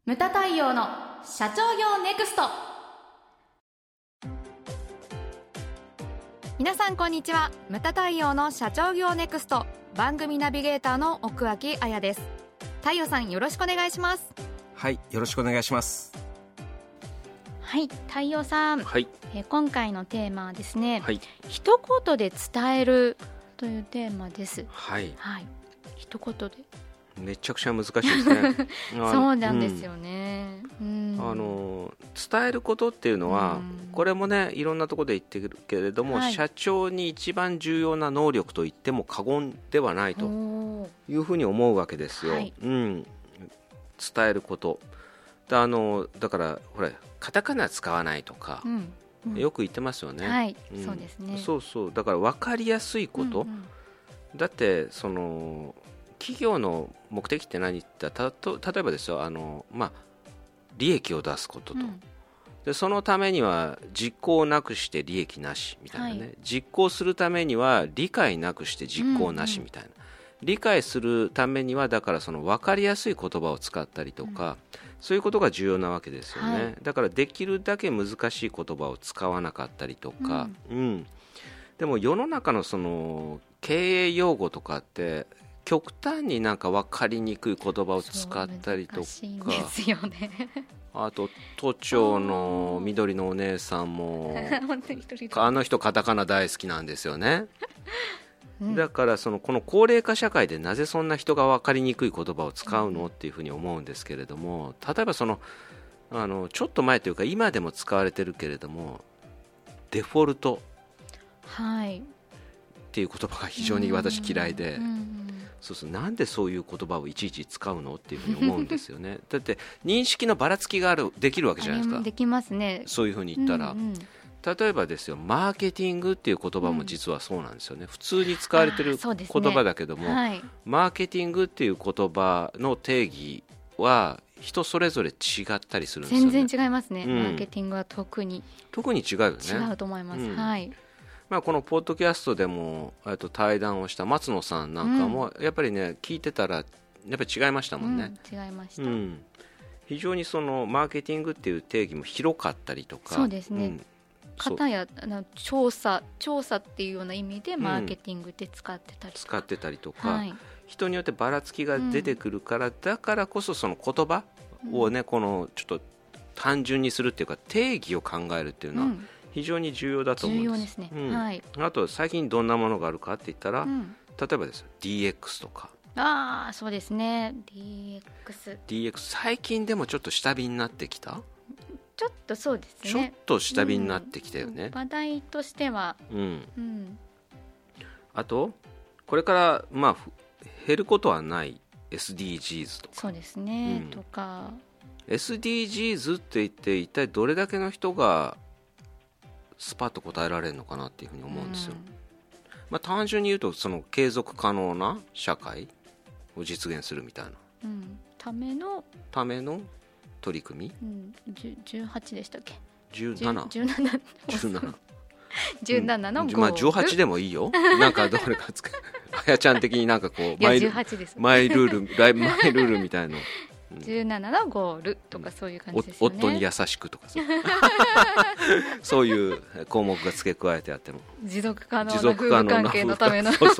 ムタ太陽の社長業ネクスト。皆さんこんにちは。ムタ太陽の社長業ネクスト番組ナビゲーターの奥脇彩です。太陽さん、よろしくお願いします。 はい、よろしくお願いします。 はい、太陽さん、 はい、 今回のテーマはですね、 はい、 一言で伝えるというテーマです。 はい、 はい、一言でめちゃくちゃ難しいですねそうなんですよね、 伝えることっていうのは、これもねいろんなところで言ってるけれども、はい、社長に一番重要な能力と言っても過言ではないというふうに思うわけですよ、はい、伝えることだからほらカタカナ使わないとか、よく言ってますよね、 はい、そうですね。 そうそう、だから分かりやすいこと、だってその企業の目的って何って例えばですよ、利益を出すことと、でそのためには実行なくして利益なしみたいなね、はい、実行するためには理解なくして実行なしみたいな、理解するためにはだからその分かりやすい言葉を使ったりとか、そういうことが重要なわけですよね、はい、だからできるだけ難しい言葉を使わなかったりとか、でも世の中のその経営用語とかって極端になんか分かりにくい言葉を使ったりとか、 難しいんですよねあと都庁の緑のお姉さんもあの人カタカナ大好きなんですよねだからこの高齢化社会でなぜそんな人が分かりにくい言葉を使うのっていうふうに思うんですけれども、例えばちょっと前というか今でも使われてるけれどもデフォルトっていう言葉が非常に私嫌いで、なんでそういう言葉をいちいち使うのっていうふうに思うんですよねだって認識のばらつきができるわけじゃないですか。 できますね、 そういうふうに言ったら、例えばですよ、マーケティングっていう言葉も実はそうなんですよね、普通に使われてる言葉だけども、マーケティングっていう言葉の定義は人それぞれ違ったりするんですよね。 全然違いますね、マーケティングは特に違うよね。 違うと思います、はい。 このポッドキャストでも対談をした松野さんなんかもやっぱりね、聞いてたらやっぱり違いましたもんね、 違いました、 非常にそのマーケティングっていう定義も広かったりとか、 そうですね、方や調査っていうような意味でマーケティングで使ってたりとか、人によってばらつきが出てくるから、だからこそその言葉をね、このちょっと単純にするっていうか定義を考えるっていうのは非常に重要だと思うんです。 重要ですね、はい。 あと最近どんなものがあるかって言ったら、例えばですよ DX とか、 そうですね、 DX 最近でもちょっと下火になってきた、 ちょっとそうですね、 ちょっと下火になってきたよね、 話題としては、 あとこれから減ることはない SDGs とか、 そうですね、とか SDGs って言って一体どれだけの人がスパッと答えられるのかなっていうふうに思うんですよ、単純に言うとその継続可能な社会を実現するみたいな、 ための取り組み、18でしたっけ、 17の18でもいいよなんかどれかつけあやちゃん的になんかこうマイルールみたいな 17のゴールとかそういう感じですよね、 夫に優しくとかそういう項目が付け加えてあっても持続可能な夫婦関係のためのそう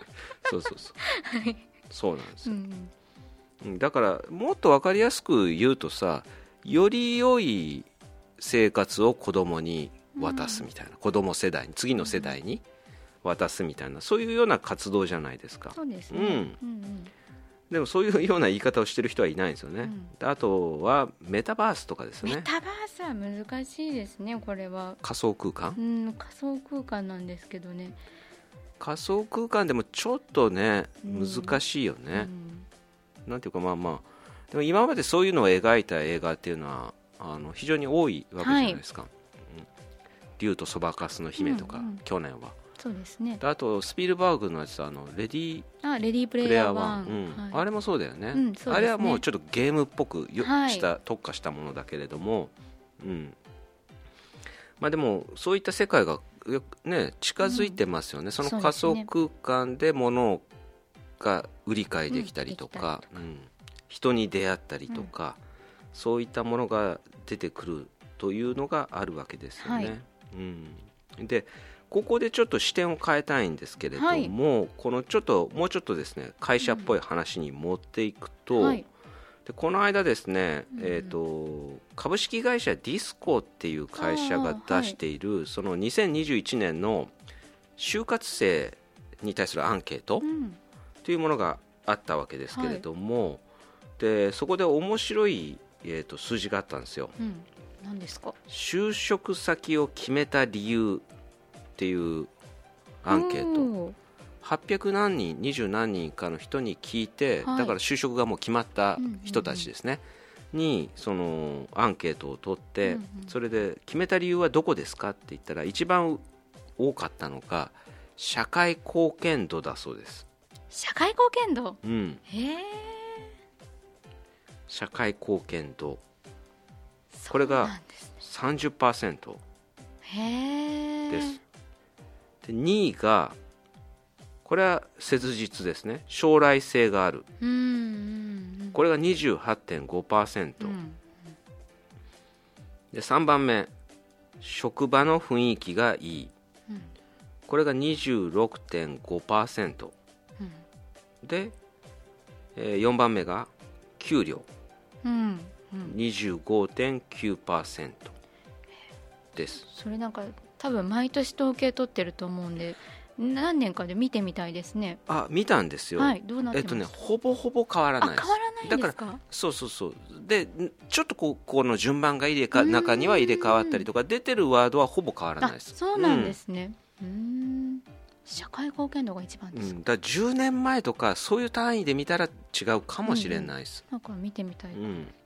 なんですよ、だからもっと分かりやすく言うとさ、より良い生活を子供に渡すみたいな、子供世代に次の世代に渡すみたいな、そういうような活動じゃないですか。 そうですね、 でもそういうような言い方をしてる人はいないんですよね、あとはメタバースとかですね。 メタバースは難しいですね、これは仮想空間、 仮想空間なんですけどね、 仮想空間でもちょっとね難しいよね、なんていうかでも今までそういうのを描いた映画っていうのは非常に多いわけじゃないですか、竜とそばかすの姫とか、去年はそうですね。 あとスピルバーグのやつレディープレイヤー1、 あれもそうだよね、あれはもうちょっとゲームっぽく特化したものだけれども、でもそういった世界が、近づいてますよね、その仮想空間で物が売り買いできたりとか、人に出会ったりとか、 そういったものが出てくるというのがあるわけですよね、 はいうん、でここでちょっと視点を変えたいんですけれども、はい、このもうちょっとですね会社っぽい話に持っていくと、はい、でこの間ですね、株式会社ディスコっていう会社が出している、はい、その2021年の就活生に対するアンケートというものがあったわけですけれども、はい、でそこで面白い、数字があったんですよ、 何ですか？ 就職先を決めた理由っていうアンケート、800何人20何人かの人に聞いて、はい、だから就職がもう決まった人たちですね、にそのアンケートを取って、それで決めた理由はどこですかって言ったら一番多かったのが社会貢献度だそうです。 社会貢献度、 社会貢献度、これが 30% です。で2位がこれは切実ですね、将来性がある、これが 28.5%、で3番目職場の雰囲気がいい、これが 26.5%、で、4番目が給料、25.9% です。 それなんか多分毎年統計取ってると思うんで何年かで見てみたいですね。 見たんですよ、 はい、どうなってます？ ほぼほぼ変わらないです。 変わらないんですか？ だからそうでちょっとこの順番が中には入れ替わったりとか、出てるワードはほぼ変わらないです。 そうなんですね、社会貢献度が一番ですか？ だから10年前とかそういう単位で見たら違うかもしれないです、 なんか見てみたい、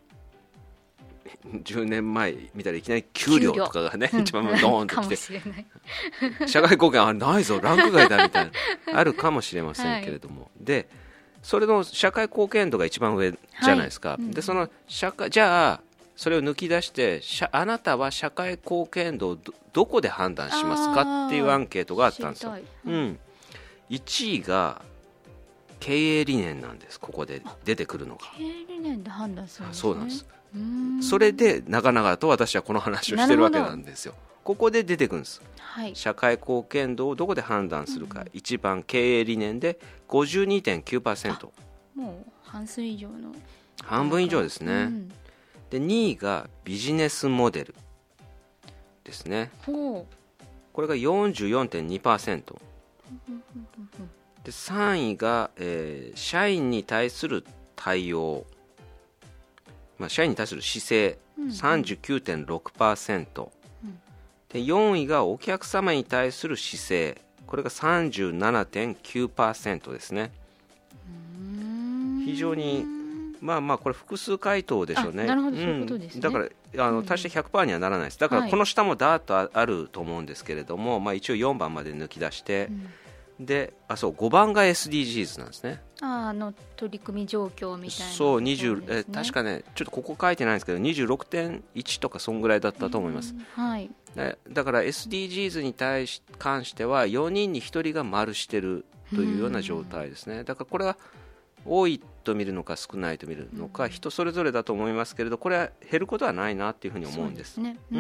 10年前見たらいきなり給料とかがね、一番ドーンときて社会貢献ないぞランク外だみたいなあるかもしれませんけれども、でそれの社会貢献度が一番上じゃないですか、でそのじゃあそれを抜き出してあなたは社会貢献度をどこで判断しますかっていうアンケートがあったんですよ、1位が経営理念なんです。ここで出てくるのが経営理念で判断するんですね。 そうなんです。それで長々と私はこの話をしてるわけなんですよ。ここで出てくるんです、社会貢献度をどこで判断するか、1番経営理念で 52.9%、 もう半数以上の半分以上ですね、で2位がビジネスモデルですね。これが 44.2%、で3位が、社員に対する対応、社員に対する姿勢、39.6%、で4位がお客様に対する姿勢、これが 37.9% ですね。非常にこれ複数回答でしょうね。 なるほど、そういうことですね。 だから足して 100% にはならないです。だからこの下もダーッとあると思うんですけれども、一応4番まで抜き出して、で5番が SDGs なんですね。 取り組み状況みたいな、 そう20、確かねちょっとここ書いてないんですけど 26.1 とかそんぐらいだったと思います、だから SDGs に関しては4人に1人が丸してるというような状態ですね。だからこれは多いと見るのか少ないと見るのか、人それぞれだと思いますけれど、これは減ることはないなっていうふうに思うんです。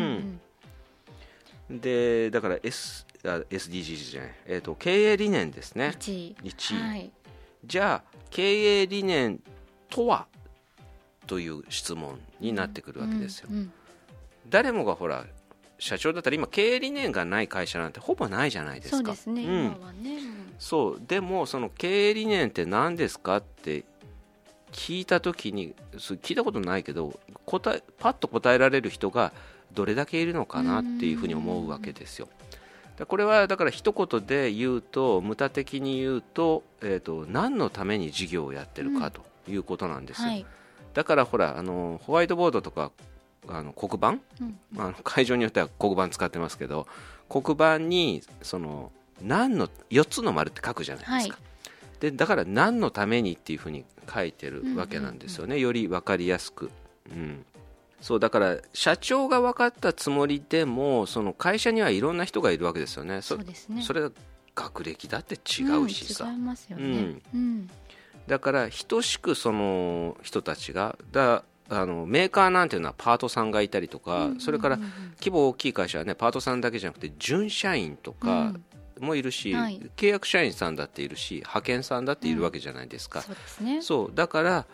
でだから、SDGs じゃない、経営理念ですね。1位、じゃあ経営理念とはという質問になってくるわけですよ、誰もがほら社長だったら今経営理念がない会社なんてほぼないじゃないですか。 そうですね、今はね、 そうでもその経営理念って何ですかって聞いた時に、聞いたことないけどパッと答えられる人がどれだけいるのかなっていうふうに思うわけですよ。これはだから一言で言うと、無駄的に言うと、何のために事業をやってるかということなんですよ、だからほらホワイトボードとか黒板、会場によっては黒板使ってますけど、黒板に何の4つの丸って書くじゃないですか、でだから何のためにっていうふうに書いてるわけなんですよね、より分かりやすく、そうだから社長が分かったつもりでもその会社にはいろんな人がいるわけですよね。そうですね。それは学歴だって違うしさ、 違いますよね、 だから等しくその人たちがメーカーなんていうのはパートさんがいたりとか、それから規模大きい会社はねパートさんだけじゃなくて準社員とかもいるし、契約社員さんだっているし派遣さんだっているわけじゃないですか。 そうですね。 そうだから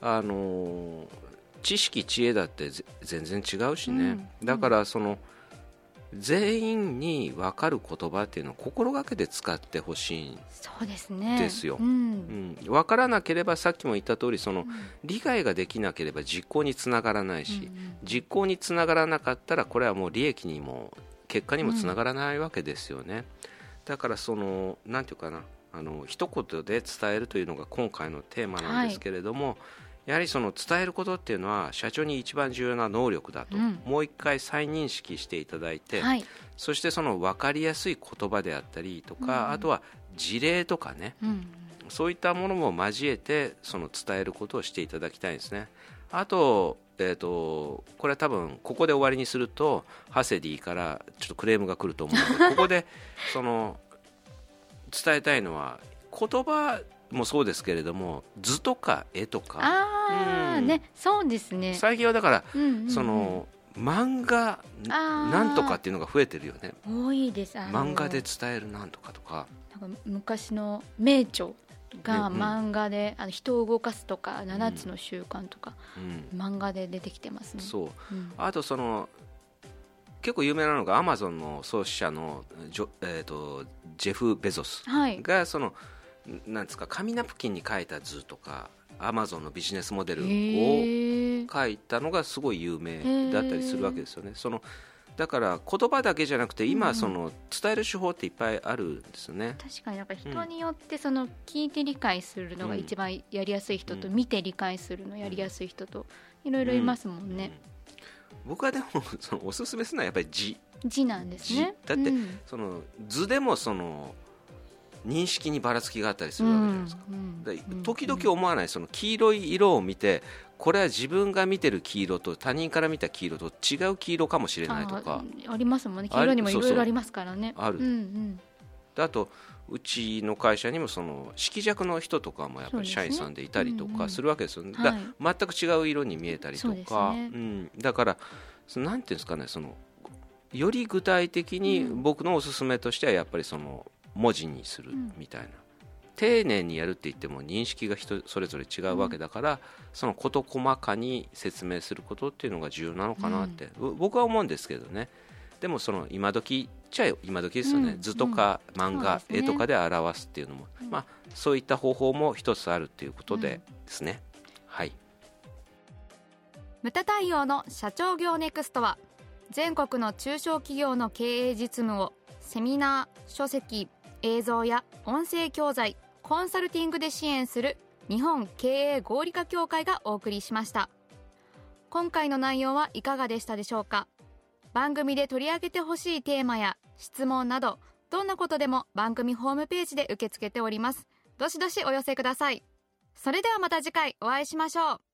知識知恵だって全然違うしね、だからその全員に分かる言葉っていうのを心がけて使ってほしいんですよ。分からなければさっきも言った通りその理解ができなければ実行につながらないし、実行につながらなかったらこれはもう利益にも結果にもつながらないわけですよね。だからそのなんていうかな一言で伝えるというのが今回のテーマなんですけれども、やはりその伝えることっていうのは社長に一番重要な能力だと、もう一回再認識していただいて、そしてその分かりやすい言葉であったりとか、あとは事例とかね、そういったものも交えてその伝えることをしていただきたいんですね。あとこれは多分ここで終わりにするとハセディからちょっとクレームが来ると思うのでここでその伝えたいのは言葉もそうですけれども図とか絵とかそうですね。 最近はだから、その漫画なんとかっていうのが増えてるよね。 多いです。 漫画で伝えるなんとかとか、 なんか昔の名著が漫画で、人を動かすとか7つの習慣とか、漫画で出てきてますね。 そう、あとその結構有名なのがアマゾンの創始者のジェフ・ベゾスがそのなんですか紙ナプキンに描いた図とかアマゾンのビジネスモデルを描いたのがすごい有名だったりするわけですよね。そのだから言葉だけじゃなくて今その伝える手法っていっぱいあるんですよね。 確かになんか人によってその聞いて理解するのが一番やりやすい人と見て理解するのやりやすい人といろいろいますもんね。 僕はでもそのおすすめするのはやっぱり字なんですね。 だってその図でもその認識にばらつきがあったりするわけじゃないですか。時々思わないその黄色い色を見てこれは自分が見てる黄色と他人から見た黄色と違う黄色かもしれないとかありますもんね。黄色にもいろいろありますからね。 ある、であとうちの会社にもその色弱の人とかもやっぱり社員さんでいたりとかするわけですよね。だ全く違う色に見えたりとか、だからなんていうんですかね、そのより具体的に僕のおすすめとしてはやっぱりその文字にするみたいな、丁寧にやるって言っても認識が人それぞれ違うわけだから、その事細かに説明することっていうのが重要なのかなって、僕は思うんですけどね。でもその今時っちゃ今時ですよね、図とか漫画、絵とかで表すっていうのも、そういった方法も一つあるっていうことでですね、 ムタ太陽の社長業ネクストは全国の中小企業の経営実務をセミナー、書籍、映像や音声教材、コンサルティングで支援する日本経営合理化協会がお送りしました。今回の内容はいかがでしたでしょうか。番組で取り上げてほしいテーマや質問などどんなことでも番組ホームページで受け付けております。どしどしお寄せください。それではまた次回お会いしましょう。